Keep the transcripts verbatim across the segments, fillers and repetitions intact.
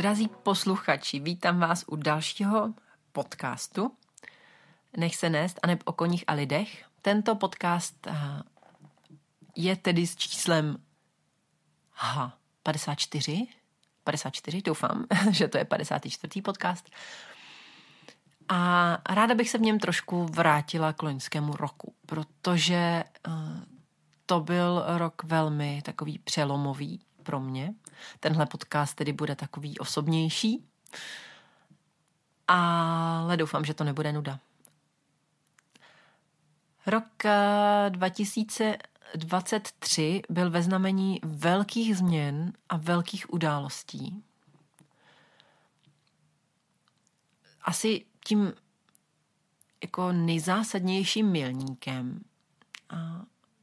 Drazí posluchači, vítám vás u dalšího podcastu Nech se nést, aneb o koních a lidech. Tento podcast je tedy s číslem aha, padesát čtyři. padesát čtyři, doufám, že to je padesátý čtvrtý podcast. A ráda bych se v něm trošku vrátila k loňskému roku, protože to byl rok velmi takový přelomový pro mě. Tenhle podcast tedy bude takový osobnější, ale doufám, že to nebude nuda. Rok dva tisíce dvacet tři byl ve znamení velkých změn a velkých událostí. Asi tím jako nejzásadnějším milníkem. A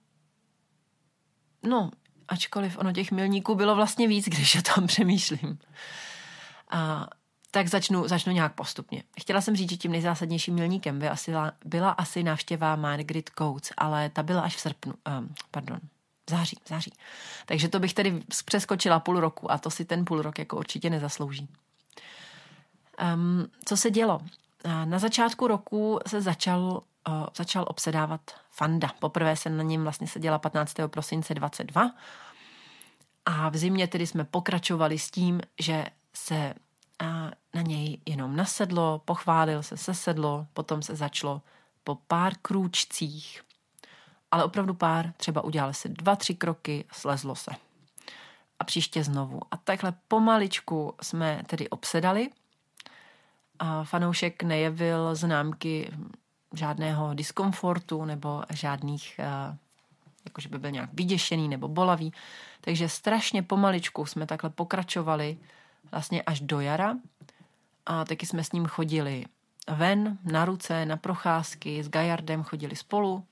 no, ačkoliv ono těch milníků bylo vlastně víc, když o tom přemýšlím. A tak začnu, začnu nějak postupně. Chtěla jsem říct, že tím nejzásadnějším milníkem byla asi, byla asi návštěva Margaret Coates, ale ta byla až v srpnu, um, pardon, v září, v září. Takže to bych tedy přeskočila půl roku a to si ten půl rok jako určitě nezaslouží. Um, co se dělo? Na začátku roku se začal, uh, začal obsedávat Fanda. Poprvé se na něm vlastně seděla patnáctého prosince dvacet dva a v zimě tedy jsme pokračovali s tím, že se uh, na něj jenom nasedlo, pochválil se, sesedlo, potom se začalo po pár krůčcích, ale opravdu pár, třeba udělali se dva, tři kroky, slezlo se. A příště znovu. A takhle pomaličku jsme tedy obsedali. A fanoušek nejevil známky žádného diskomfortu nebo žádných, jakože by byl nějak vyděšený nebo bolavý. Takže strašně pomaličku jsme takhle pokračovali vlastně až do jara. A taky jsme s ním chodili ven, na ruce, na procházky, s Gajardem chodili spolu.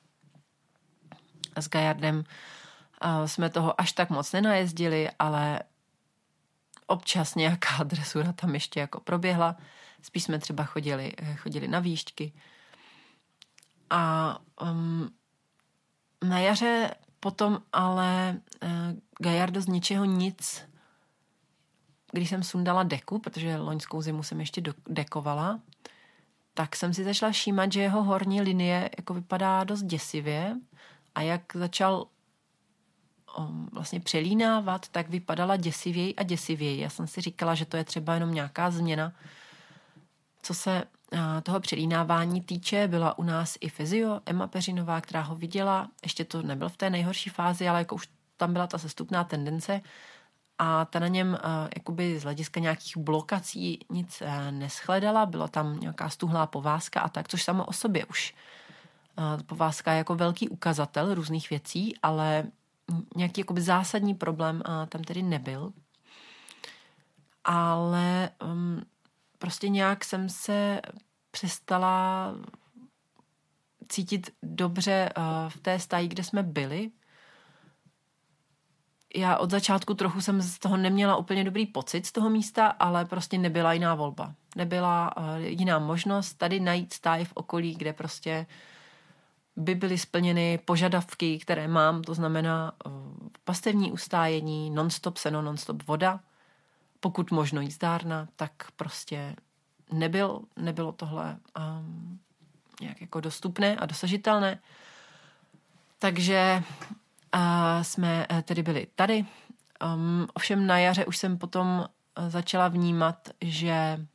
A s Gajardem jsme toho až tak moc nenajezdili, ale občas nějaká dresura tam ještě jako proběhla. Spíš jsme třeba chodili, chodili na výšťky. A um, na jaře potom ale uh, Gajardo z ničeho nic, když jsem sundala deku, protože loňskou zimu jsem ještě do, dekovala, tak jsem si začala všímat, že jeho horní linie jako vypadá dost děsivě a jak začal vlastně přelínávat, tak vypadala děsivěji a děsivěji. Já jsem si říkala, že to je třeba jenom nějaká změna. Co se toho přelínávání týče, byla u nás i fyzio, Emma Peřinová, která ho viděla. Ještě to nebyl v té nejhorší fázi, ale jako už tam byla ta sestupná tendence a ta na něm jakoby z hlediska nějakých blokací nic neschledala. Byla tam nějaká stuhlá povázka a tak, což samo o sobě už povázka je jako velký ukazatel různých věcí, ale nějaký jakoby zásadní problém a tam tedy nebyl. Ale um, prostě nějak jsem se přestala cítit dobře uh, v té stáji, kde jsme byli. Já od začátku trochu jsem z toho neměla úplně dobrý pocit z toho místa, ale prostě nebyla jiná volba. Nebyla uh, jiná možnost tady najít stáj v okolí, kde prostě by byly splněny požadavky, které mám, to znamená uh, pastevní ustájení, non-stop seno, non-stop voda, pokud možno jízdárna, tak prostě nebyl, nebylo tohle um, nějak jako dostupné a dosažitelné. Takže uh, jsme tedy byli tady. Um, ovšem na jaře už jsem potom začala vnímat, že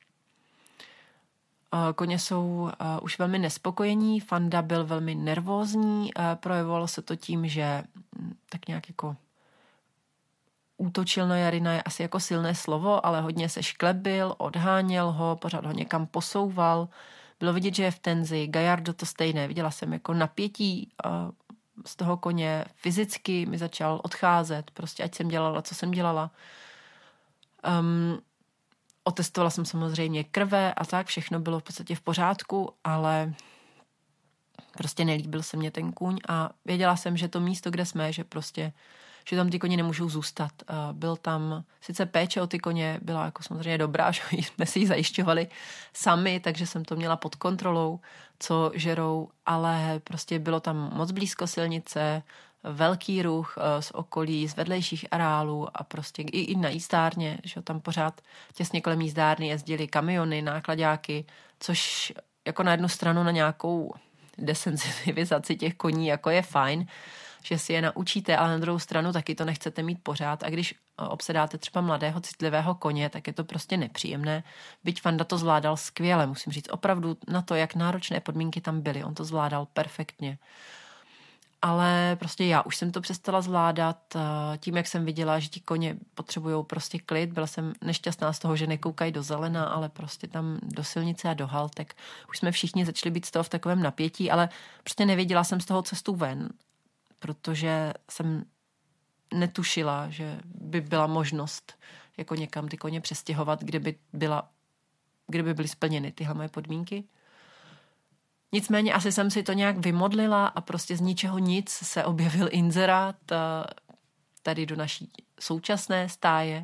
koně jsou uh, už velmi nespokojení, Fanda byl velmi nervózní, uh, projevovalo se to tím, že m, tak nějak jako útočil na Jarina je asi jako silné slovo, ale hodně se šklebil, odháněl ho, pořád ho někam posouval. Bylo vidět, že je v tenzi, Gajardo to stejné, viděla jsem jako napětí uh, z toho koně, fyzicky mi začal odcházet, prostě ať jsem dělala, co jsem dělala. Um, Otestovala jsem samozřejmě krve a tak, všechno bylo v podstatě v pořádku, ale prostě nelíbil se mě ten kůň a věděla jsem, že to místo, kde jsme, že prostě, že tam ty koně nemůžou zůstat. Byl tam, sice péče o ty koně byla jako samozřejmě dobrá, že jsme si ji zajišťovali sami, takže jsem to měla pod kontrolou, co žerou, ale prostě bylo tam moc blízko silnice, velký ruch z okolí, z vedlejších areálů a prostě i, i na jízdárně, že tam pořád těsně kolem jízdárny jezdili kamiony, nákladáky, což jako na jednu stranu na nějakou desensitivizaci těch koní jako je fajn, že si je naučíte, ale na druhou stranu taky to nechcete mít pořád a když obsedáte třeba mladého citlivého koně, tak je to prostě nepříjemné. Byť Fanda to zvládal skvěle, musím říct, opravdu na to, jak náročné podmínky tam byly, on to zvládal perfektně. Ale prostě já už jsem to přestala zvládat tím, jak jsem viděla, že ti koně potřebují prostě klid. Byla jsem nešťastná z toho, že nekoukají do zelena, ale prostě tam do silnice a do haltek. Už jsme všichni začali být z toho v takovém napětí, ale prostě nevěděla jsem z toho cestu ven, protože jsem netušila, že by byla možnost jako někam ty koně přestěhovat, kde by, byla, kde by byly splněny tyhle moje podmínky. Nicméně asi jsem si to nějak vymodlila a prostě z ničeho nic se objevil inzerát tady do naší současné stáje,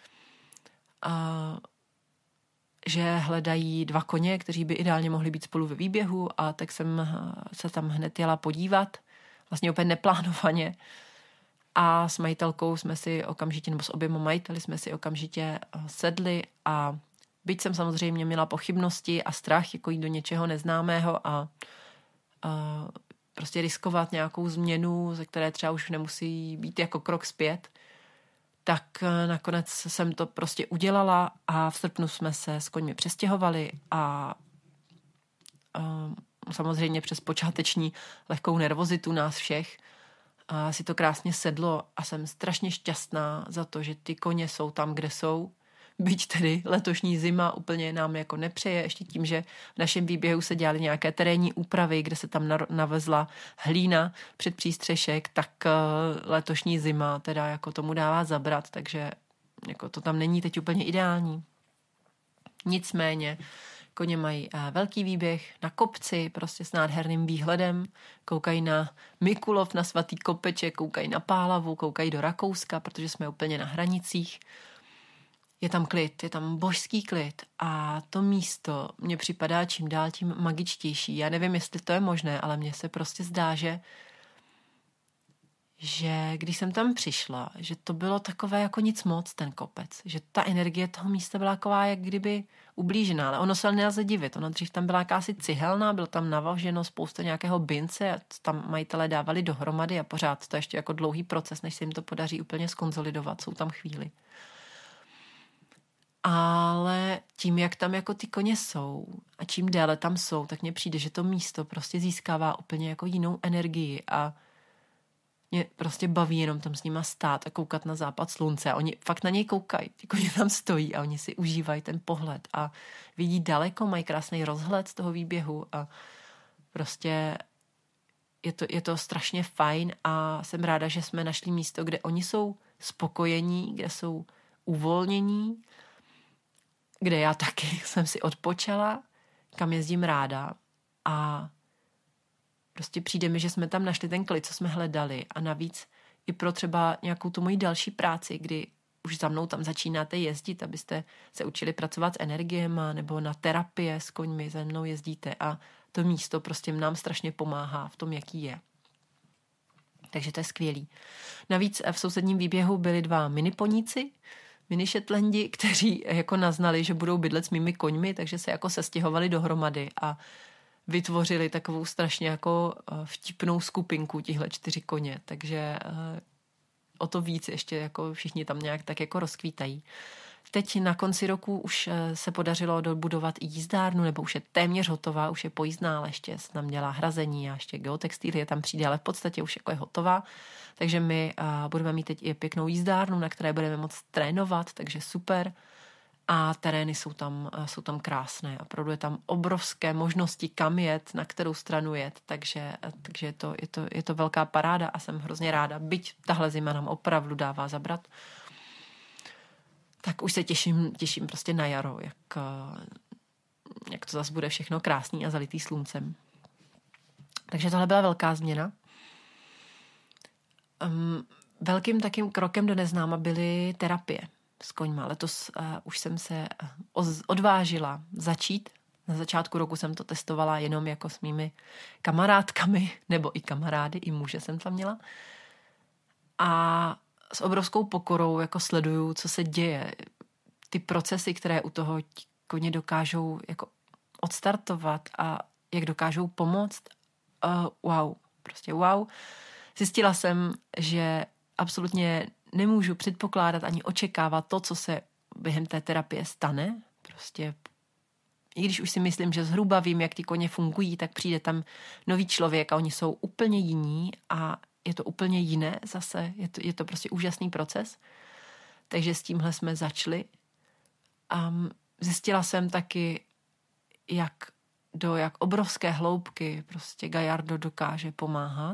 a že hledají dva koně, kteří by ideálně mohli být spolu ve výběhu a tak jsem se tam hned jela podívat, vlastně úplně neplánovaně a s majitelkou jsme si okamžitě, nebo s oběma majiteli jsme si okamžitě sedli a byť jsem samozřejmě měla pochybnosti a strach jako jít do něčeho neznámého a, a prostě riskovat nějakou změnu, ze které třeba už nemusí být jako krok zpět, tak nakonec jsem to prostě udělala a v srpnu jsme se s koňmi přestěhovali a, a samozřejmě přes počáteční lehkou nervozitu nás všech a si to krásně sedlo a jsem strašně šťastná za to, že ty koně jsou tam, kde jsou. Byť tedy letošní zima úplně nám jako nepřeje, ještě tím, že v našem výběhu se dělaly nějaké terénní úpravy, kde se tam navezla hlína před přístřešek, tak letošní zima teda jako tomu dává zabrat, takže jako to tam není teď úplně ideální. Nicméně koně mají velký výběh na kopci, prostě s nádherným výhledem, koukají na Mikulov, na Svatý Kopeček, koukají na Pálavu, koukají do Rakouska, protože jsme úplně na hranicích. Je tam klid, je tam božský klid a to místo mně připadá čím dál tím magičtější. Já nevím, jestli to je možné, ale mně se prostě zdá, že, že když jsem tam přišla, že to bylo takové jako nic moc, ten kopec. Že ta energie toho místa byla taková, jak kdyby ublížená, ale ono se nelze divit. Ono dřív tam byla jakási cihelna, bylo tam navaženo spousta nějakého bince a tam majitelé dávali dohromady a pořád to ještě jako dlouhý proces, než se jim to podaří úplně skonsolidovat. Jsou tam chvíli. Ale tím, jak tam jako ty koně jsou a čím déle tam jsou, tak mně přijde, že to místo prostě získává úplně jako jinou energii a mě prostě baví jenom tam s nima stát a koukat na západ slunce a oni fakt na něj koukají, ty koně tam stojí a oni si užívají ten pohled a vidí daleko, mají krásný rozhled z toho výběhu a prostě je to, je to strašně fajn a jsem ráda, že jsme našli místo, kde oni jsou spokojení, kde jsou uvolnění, kde já taky jsem si odpočala, kam jezdím ráda a prostě přijde mi, že jsme tam našli ten klid, co jsme hledali a navíc i pro třeba nějakou tu moji další práci, kdy už za mnou tam začínáte jezdit, abyste se učili pracovat s energiema nebo na terapie s koňmi za mnou jezdíte a to místo prostě nám strašně pomáhá v tom, jaký je. Takže to je skvělý. Navíc v sousedním výběhu byli dva miniponíci, mini Shetlandi, kteří jako naznali, že budou bydlet s mými koňmi, takže se jako sestěhovali dohromady a vytvořili takovou strašně jako vtipnou skupinku tihle čtyři koně, takže o to víc ještě jako všichni tam nějak tak jako rozkvítají. Teď na konci roku už se podařilo dobudovat i jízdárnu, nebo už je téměř hotová, už je pojízdná, ale ještě se tam dělá hrazení a ještě geotextilie tam přijde, ale v podstatě už jako je hotová. Takže my budeme mít teď i pěknou jízdárnu, na které budeme moct trénovat, takže super. A terény jsou tam, jsou tam krásné. Opravdu je tam obrovské možnosti, kam jet, na kterou stranu jet, takže, takže je, to, je, to, je to velká paráda a jsem hrozně ráda. Byť tahle zima nám opravdu dává zabrat, tak už se těším, těším prostě na jaro, jak, jak to zase bude všechno krásný a zalitý sluncem. Takže tohle byla velká změna. Um, velkým takým krokem do neznáma byly terapie s koňma. Letos uh, už jsem se uh, odvážila začít. Na začátku roku jsem to testovala jenom jako s mými kamarádkami, nebo i kamarády, i muže jsem tam měla. a s obrovskou pokorou jako sleduju, co se děje. Ty procesy, které u toho koně dokážou jako odstartovat a jak dokážou pomoct. Uh, wow, prostě wow. Zjistila jsem, že absolutně nemůžu předpokládat ani očekávat to, co se během té terapie stane. Prostě i když už si myslím, že zhruba vím, jak ty koně fungují, tak přijde tam nový člověk a oni jsou úplně jiní a je to úplně jiné zase. Je to, je to prostě úžasný proces. Takže s tímhle jsme začali. A zjistila jsem taky, jak do jak obrovské hloubky prostě Gallardo dokáže pomáhat.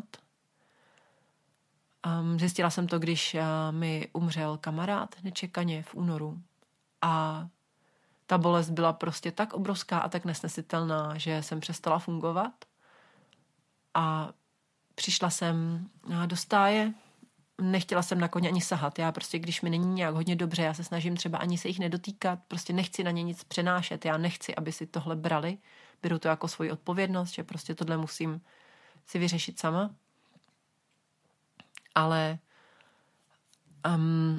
Um, zjistila jsem to, když uh, mi umřel kamarád nečekaně v únoru. A ta bolest byla prostě tak obrovská a tak nesnesitelná, že jsem přestala fungovat. A přišla jsem do stáje, nechtěla jsem na koně ani sahat. Já prostě, když mi není nějak hodně dobře, já se snažím třeba ani se jich nedotýkat, prostě nechci na ně nic přenášet. Já nechci, aby si tohle brali. Beru to jako svoji odpovědnost, že prostě tohle musím si vyřešit sama. Ale um,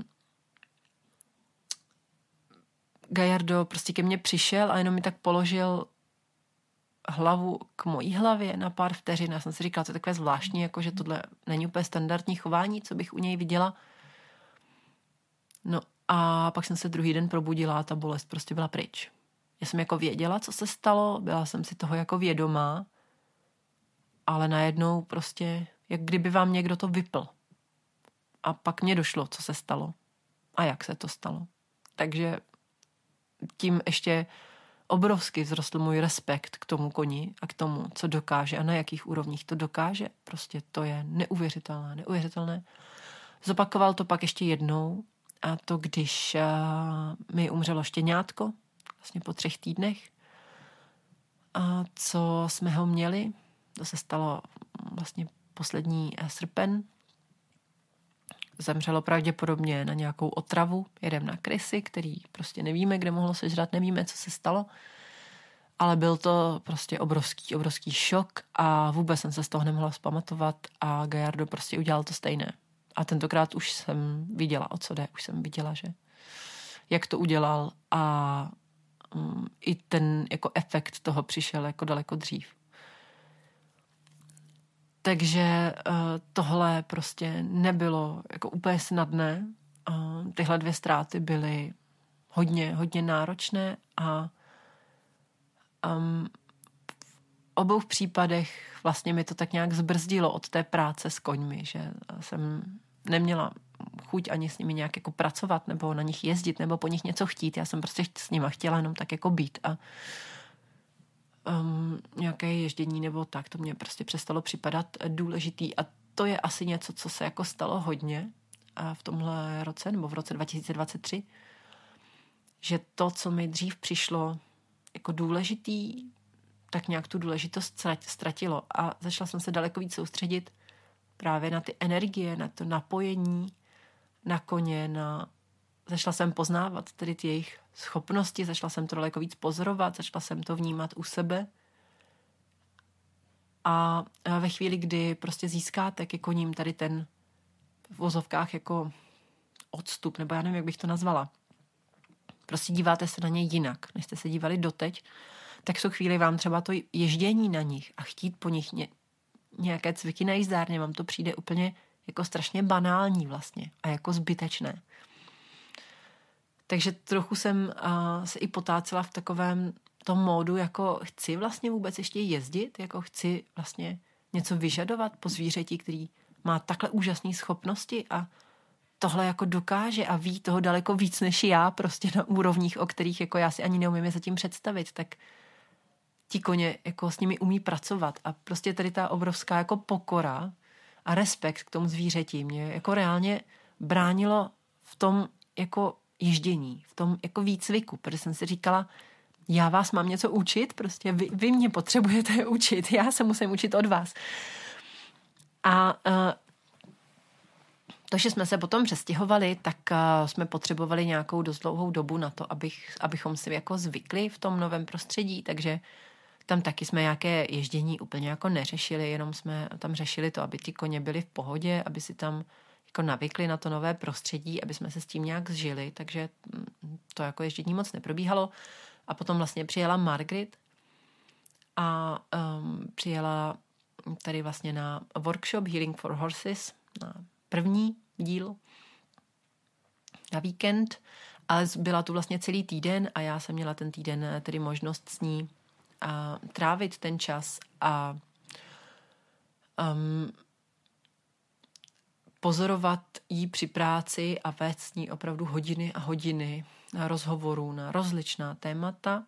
Gallardo prostě ke mně přišel a jenom mi tak položil hlavu k mojí hlavě na pár vteřin. Já jsem si říkala, to je takové zvláštní, jako že tohle není úplně standardní chování, co bych u něj viděla. No a pak jsem se druhý den probudila a ta bolest prostě byla pryč. Já jsem jako věděla, co se stalo, byla jsem si toho jako vědomá, ale najednou prostě, jak kdyby vám někdo to vypl. A pak mě došlo, co se stalo a jak se to stalo. Takže tím ještě obrovsky vzrostl můj respekt k tomu koni a k tomu, co dokáže a na jakých úrovních to dokáže. Prostě to je neuvěřitelné, neuvěřitelné. Zopakoval to pak ještě jednou a to, když uh, mi umřelo štěňátko, vlastně po třech týdnech, a co jsme ho měli, to se stalo vlastně poslední srpen, zemřelo pravděpodobně na nějakou otravu, jedem na krysy, který prostě nevíme, kde mohlo sežrat, nevíme, co se stalo, ale byl to prostě obrovský, obrovský šok a vůbec jsem se z toho nemohla vzpamatovat a Gallardo prostě udělal to stejné. A tentokrát už jsem viděla, o co jde, už jsem viděla, že jak to udělal a um, i ten jako efekt toho přišel jako daleko dřív. Takže uh, tohle prostě nebylo jako úplně snadné. Uh, tyhle dvě ztráty byly hodně, hodně náročné a um, v obou případech vlastně mi to tak nějak zbrzdilo od té práce s koňmi, že jsem neměla chuť ani s nimi nějak jako pracovat nebo na nich jezdit nebo po nich něco chtít. Já jsem prostě s nima chtěla jenom tak jako být a Um, nějaké ježdění nebo tak, to mě prostě přestalo připadat důležitý a to je asi něco, co se jako stalo hodně a v tomhle roce nebo v roce dva tisíce dvacet tři, že to, co mi dřív přišlo jako důležitý, tak nějak tu důležitost ztratilo a začala jsem se daleko víc soustředit právě na ty energie, na to napojení, na koně, na začala jsem poznávat tedy ty jejich schopnosti, začala jsem to daleko víc pozorovat, začala jsem to vnímat u sebe. A ve chvíli, kdy prostě získáte ke koním tady ten v vozovkách jako odstup, nebo já nevím, jak bych to nazvala, prostě díváte se na ně jinak, než jste se dívali doteď, tak v tu chvíli vám třeba to ježdění na nich a chtít po nich ně, nějaké cviky na jízdárně, vám to přijde úplně jako strašně banální vlastně a jako zbytečné. Takže trochu jsem uh, se i potácela v takovém tom módu, jako chci vlastně vůbec ještě jezdit, jako chci vlastně něco vyžadovat po zvířeti, který má takhle úžasné schopnosti a tohle jako dokáže a ví toho daleko víc než já, prostě na úrovních, o kterých jako já si ani neumím je zatím představit, tak ti koně jako s nimi umí pracovat a prostě tady ta obrovská jako pokora a respekt k tomu zvířeti mě jako reálně bránilo v tom jako ježdění, v tom jako výcviku, protože jsem si říkala, já vás mám něco učit, prostě vy, vy mě potřebujete učit, já se musím učit od vás. A uh, to, že jsme se potom přestěhovali, tak uh, jsme potřebovali nějakou dost dlouhou dobu na to, abych, abychom si jako zvykli v tom novém prostředí, takže tam taky jsme nějaké ježdění úplně jako neřešili, jenom jsme tam řešili to, aby ty koně byly v pohodě, aby si tam jako navykli na to nové prostředí, aby jsme se s tím nějak zžili, takže to jako ježdění moc neprobíhalo. A potom vlastně přijela Margaret a um, přijela tady vlastně na workshop Healing for Horses, na první díl, na víkend, ale byla tu vlastně celý týden a já jsem měla ten týden tedy možnost s ní a trávit ten čas a um, pozorovat jí při práci a vést s ní opravdu hodiny a hodiny rozhovorů na rozličná témata.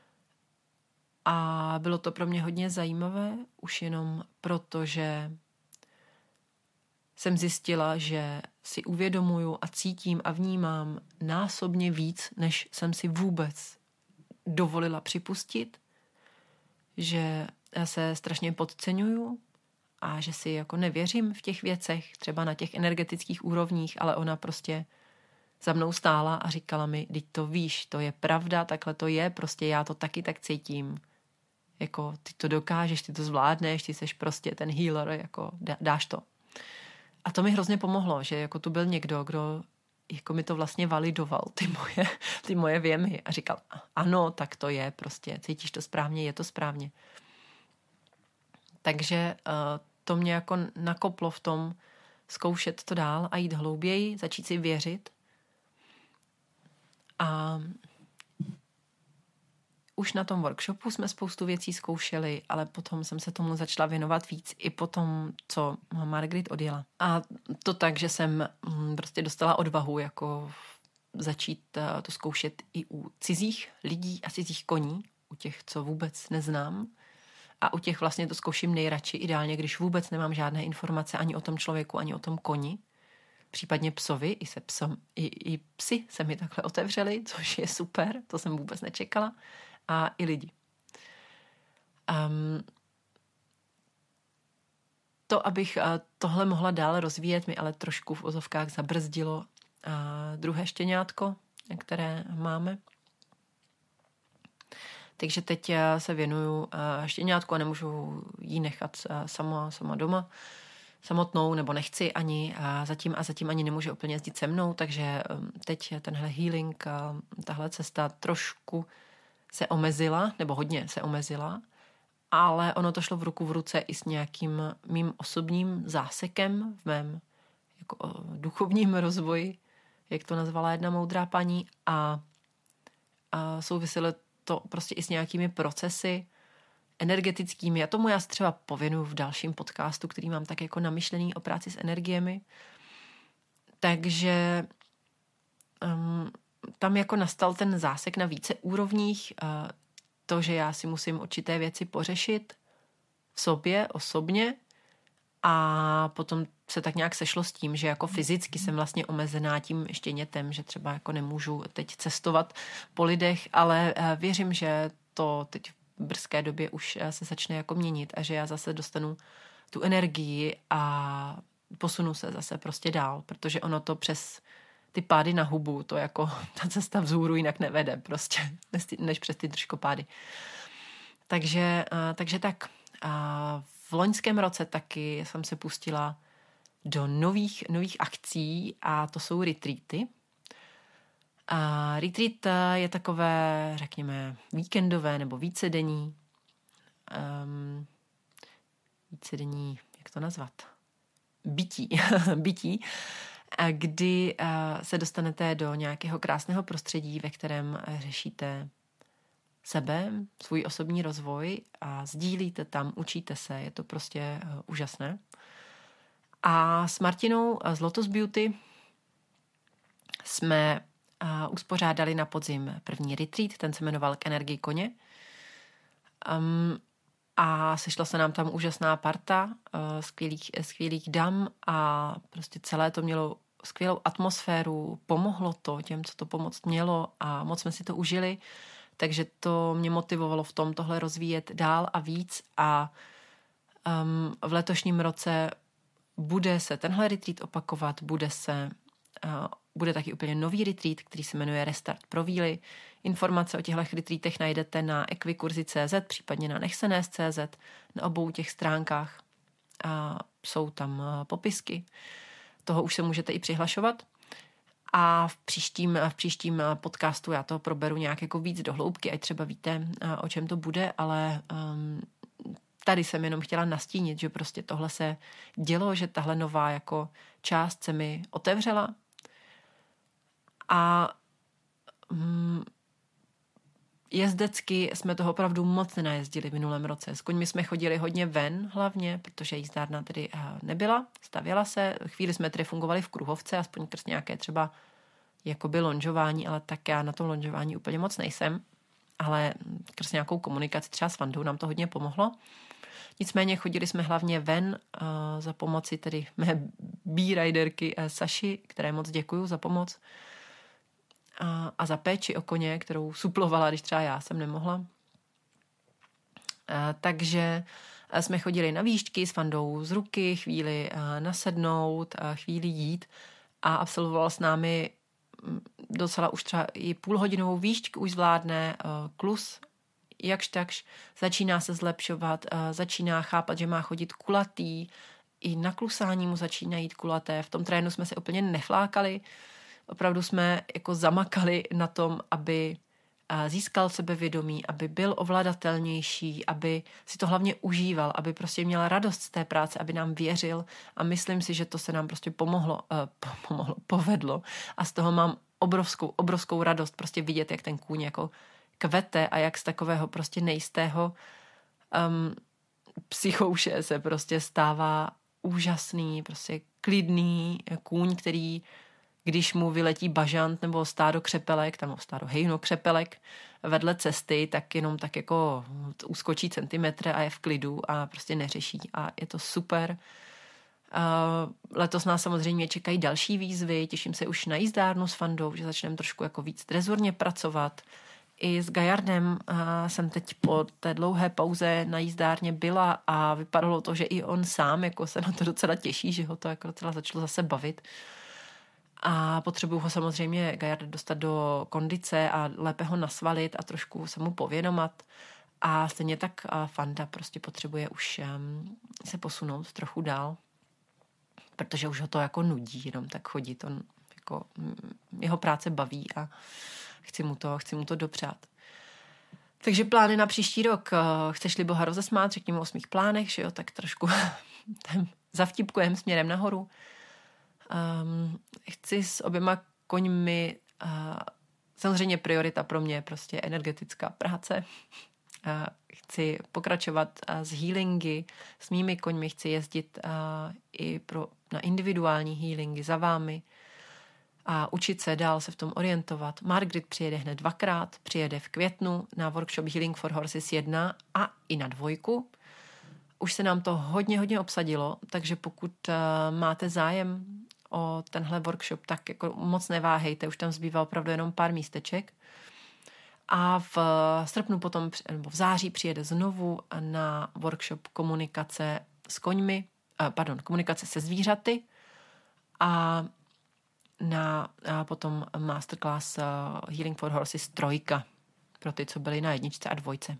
A bylo to pro mě hodně zajímavé, už jenom proto, že jsem zjistila, že si uvědomuju a cítím a vnímám násobně víc, než jsem si vůbec dovolila připustit, že já se strašně podceňuju a že si jako nevěřím v těch věcech, třeba na těch energetických úrovních, ale ona prostě za mnou stála a říkala mi, teď to víš, to je pravda, takhle to je, prostě já to taky tak cítím. Jako ty to dokážeš, ty to zvládneš, ty seš prostě ten healer, jako dáš to. A to mi hrozně pomohlo, že jako tu byl někdo, kdo jako mi to vlastně validoval, ty moje, ty moje věmy a říkal, ano, tak to je prostě, cítíš to správně, je to správně. Takže uh, to mě jako nakoplo v tom zkoušet to dál a jít hlouběji, začít si věřit. A už na tom workshopu jsme spoustu věcí zkoušeli, ale potom jsem se tomu začala věnovat víc i potom, co Margaret odjela. A to tak, že jsem prostě dostala odvahu jako začít to zkoušet i u cizích lidí a cizích koní, u těch, co vůbec neznám. A u těch vlastně to zkouším nejradši, ideálně, když vůbec nemám žádné informace ani o tom člověku, ani o tom koni. Případně psovi, i, se psom, i, i psi se mi takhle otevřeli, což je super, to jsem vůbec nečekala. A i lidi. Um, to, abych uh, tohle mohla dál rozvíjet, mi ale trošku v ozovkách zabrzdilo uh, druhé štěňátko, které máme. Takže teď uh, se věnuju uh, štěňátku a nemůžu jí nechat uh, sama, sama doma, samotnou, nebo nechci ani a zatím a zatím ani nemůže úplně jezdit se mnou, takže um, teď tenhle healing, uh, tahle cesta trošku se omezila, nebo hodně se omezila, ale ono to šlo v ruku v ruce i s nějakým mým osobním zásekem v mém jako duchovním rozvoji, jak to nazvala jedna moudrá paní, a, a souviselo to prostě i s nějakými procesy energetickými. A tomu já se třeba pověnuju v dalším podcastu, který mám tak jako namyšlený o práci s energiemi. Takže um, tam jako nastal ten zásek na více úrovních, to, že já si musím určité věci pořešit v sobě, osobně, a potom se tak nějak sešlo s tím, že jako fyzicky jsem vlastně omezená tím štěnětem, že třeba jako nemůžu teď cestovat po lidech, ale věřím, že to teď v brzké době už se začne jako měnit a že já zase dostanu tu energii a posunu se zase prostě dál, protože ono to přes ty pády na hubu, to jako ta cesta vzhůru jinak nevede prostě, než přes ty držkopády. Takže, takže tak. V loňském roce taky jsem se pustila do nových, nových akcí a to jsou retreaty. A retreat je takové, řekněme, víkendové nebo vícedenní, um, vícedenní, jak to nazvat? Bytí. Bytí. Kdy se dostanete do nějakého krásného prostředí, ve kterém řešíte sebe, svůj osobní rozvoj a sdílíte tam, učíte se, je to prostě úžasné. A s Martinou z Lotus Beauty jsme uspořádali na podzim první retreat, ten se jmenoval K energii koně. Um, A sešla se nám tam úžasná parta uh, skvělých, skvělých dam a prostě celé to mělo skvělou atmosféru, pomohlo to těm, co to pomoct mělo a moc jsme si to užili, takže to mě motivovalo v tom tohle rozvíjet dál a víc a um, v letošním roce bude se tenhle retreat opakovat, bude se uh, bude taky úplně nový retreat, který se jmenuje Restart pro víly. Informace o těchto retreatech najdete na equikurzy tečka cé zet, případně na nechsenes tečka cé zet, na obou těch stránkách a jsou tam popisky toho už se můžete i přihlašovat. A v příštím, v příštím podcastu já to proberu nějak jako víc do hloubky, ať třeba víte, o čem to bude, ale um, tady jsem jenom chtěla nastínit, že prostě tohle se dělo, že tahle nová jako část se mi otevřela a um, jezdecky jsme toho opravdu moc nenajezdili v minulém roce. S koňmi jsme chodili hodně ven hlavně, protože jízdárna tedy nebyla, stavěla se. Chvíli jsme tedy fungovali v kruhovce, aspoň krz nějaké třeba jakoby lonžování, ale tak já na tom lonžování úplně moc nejsem. Ale krz nějakou komunikaci třeba s Vandou nám to hodně pomohlo. Nicméně chodili jsme hlavně ven uh, za pomoci tedy mé b-riderky uh, Saši, které moc děkuju za pomoc. A, a za péči o koně, kterou suplovala, když třeba já jsem nemohla. A, takže jsme chodili na výšťky s Vandou z ruky, chvíli a, nasednout, a chvíli jít a absolvoval s námi docela už třeba i půlhodinovou výšťku, už zvládne a, klus, jakž takž, začíná se zlepšovat, a, začíná chápat, že má chodit kulatý, i na klusání mu začíná jít kulaté. V tom trénu jsme se úplně neflákali, opravdu jsme jako zamakali na tom, aby získal sebevědomí, aby byl ovladatelnější, aby si to hlavně užíval, aby prostě měl radost z té práce, aby nám věřil a myslím si, že to se nám prostě pomohlo, uh, pomohlo, povedlo a z toho mám obrovskou, obrovskou radost prostě vidět, jak ten kůň jako kvete a jak z takového prostě nejistého um, psychouše se prostě stává úžasný, prostě klidný kůň, který když mu vyletí bažant nebo stádo křepelek, tam stádo hejno křepelek vedle cesty, tak jenom tak jako uskočí centimetry a je v klidu a prostě neřeší a je to super. Uh, letos nás samozřejmě čekají další výzvy, těším se už na jízdárnu s Vandou, že začneme trošku jako víc drezurně pracovat. I s Gajardem uh, jsem teď po té dlouhé pauze na jízdárně byla a vypadalo to, že i on sám jako se na to docela těší, že ho to jako docela začalo zase bavit. A potřebuju ho samozřejmě Gajard dostat do kondice a lépe ho nasvalit a trošku se mu pověnomat. A stejně tak Fanda prostě potřebuje už um, se posunout trochu dál, protože už ho to jako nudí jenom tak chodit. On jako, jeho práce baví a chci mu to, chci mu to dopřát. Takže plány na příští rok. Chceš-li Boha rozesmát, řekni mu o svých plánech, že jo, tak trošku zavtipkujem směrem nahoru. Um, chci s oběma koňmi, uh, samozřejmě priorita pro mě je prostě energetická práce. Uh, chci pokračovat uh, s healingy, s mými koňmi chci jezdit uh, i pro, na individuální healingy za vámi a učit se dál se v tom orientovat. Margaret přijede hned dvakrát, přijede v květnu na workshop Healing for Horses jedna a i na dvojku. Už se nám to hodně, hodně obsadilo, takže pokud uh, máte zájem o tenhle workshop, tak jako moc neváhejte, už tam zbývá opravdu jenom pár místeček. A v srpnu potom, nebo v září přijede znovu na workshop komunikace s koňmi, pardon, komunikace se zvířaty a na a potom masterclass Healing for Horses trojka pro ty, co byli na jedničce a dvojce.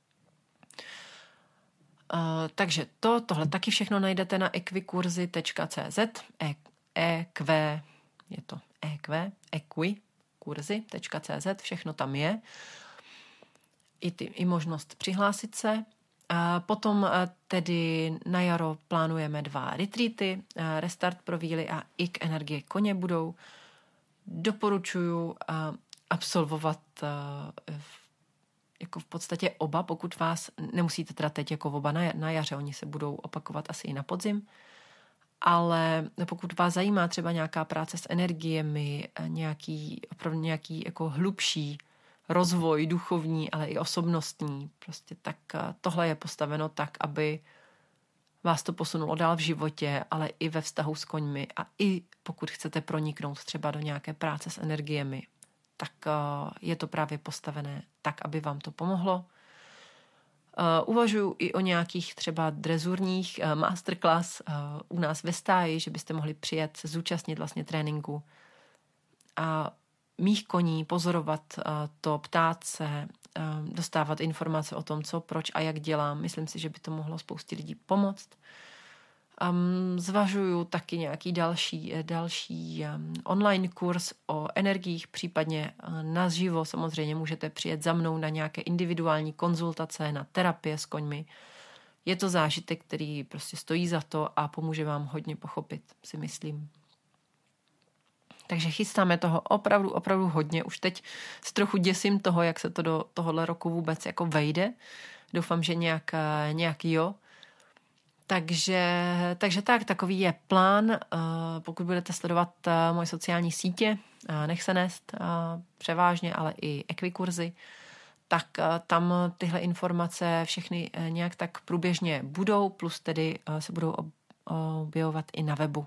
Uh, takže to, tohle taky všechno najdete na equikurzy tečka cé zet, e, eq, je to eq, equikurzy tečka cé zet, všechno tam je. I, ty, i možnost přihlásit se. A potom tedy na jaro plánujeme dva retreaty, Restart pro víly a I K energie koně budou. Doporučuju absolvovat jako v podstatě oba, pokud vás, nemusíte teda teď jako oba na, na jaře, oni se budou opakovat asi i na podzim, ale pokud vás zajímá třeba nějaká práce s energiemi, nějaký, opravdu nějaký jako hlubší rozvoj duchovní, ale i osobnostní, prostě tak tohle je postaveno tak, aby vás to posunulo dál v životě, ale i ve vztahu s koňmi a i pokud chcete proniknout třeba do nějaké práce s energiemi, tak je to právě postavené tak, aby vám to pomohlo. Uvažuji i o nějakých třeba drezurních masterclass u nás ve stáji, že byste mohli přijet se zúčastnit vlastně tréninku a mých koní, pozorovat to, ptát se, dostávat informace o tom, co, proč a jak dělám. Myslím si, že by to mohlo spoustě lidí pomoct. Um, zvažuju taky nějaký další, další um, online kurz o energiích, případně uh, naživo. Samozřejmě můžete přijet za mnou na nějaké individuální konzultace, na terapie s koňmi. Je to zážitek, který prostě stojí za to a pomůže vám hodně pochopit, si myslím. Takže chystáme toho opravdu, opravdu hodně. Už teď se trochu děsím toho, jak se to do tohohle roku vůbec jako vejde. Doufám, že nějak, nějak jo. Takže, takže tak, takový je plán. Pokud budete sledovat moje sociální sítě, Nech se nést převážně, ale i ekvikurzy, tak tam tyhle informace všechny nějak tak průběžně budou, plus tedy se budou objevovat i na webu.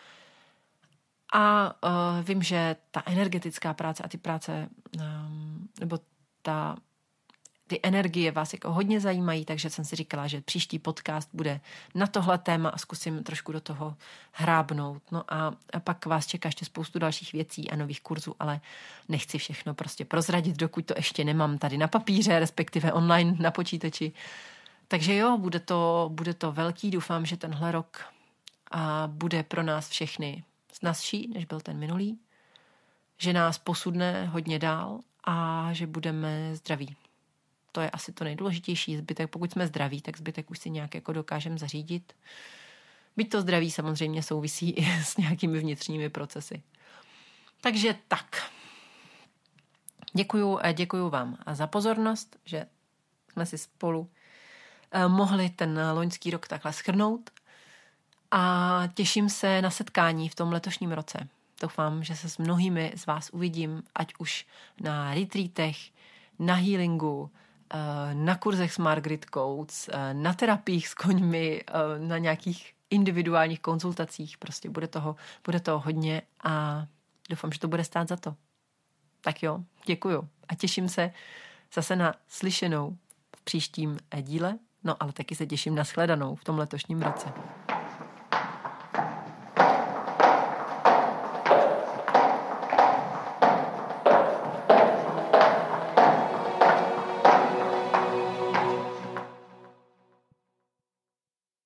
A vím, že ta energetická práce a ty práce, nebo ta ty energie vás jako hodně zajímají, takže jsem si říkala, že příští podcast bude na tohle téma a zkusím trošku do toho hrábnout. No a, a pak vás čeká ještě spoustu dalších věcí a nových kurzů, ale nechci všechno prostě prozradit, dokud to ještě nemám tady na papíře, respektive online na počítači. Takže jo, bude to, bude to velký, doufám, že tenhle rok a bude pro nás všechny snazší, než byl ten minulý, že nás posudne hodně dál a že budeme zdraví. To je asi to nejdůležitější. Zbytek, pokud jsme zdraví, tak zbytek už si nějak jako dokážeme zařídit. Byť to zdraví samozřejmě souvisí i s nějakými vnitřními procesy. Takže tak. Děkuju, děkuju vám za pozornost, že jsme si spolu mohli ten loňský rok takhle shrnout a těším se na setkání v tom letošním roce. Doufám, že se s mnohými z vás uvidím, ať už na retreatech, na healingu, na kurzech s Margaret Coates, na terapiích s koňmi, na nějakých individuálních konzultacích. Prostě bude toho, bude toho hodně a doufám, že to bude stát za to. Tak jo, děkuju a těším se zase na slyšenou v příštím díle, no ale taky se těším na shledanou v tom letošním roce.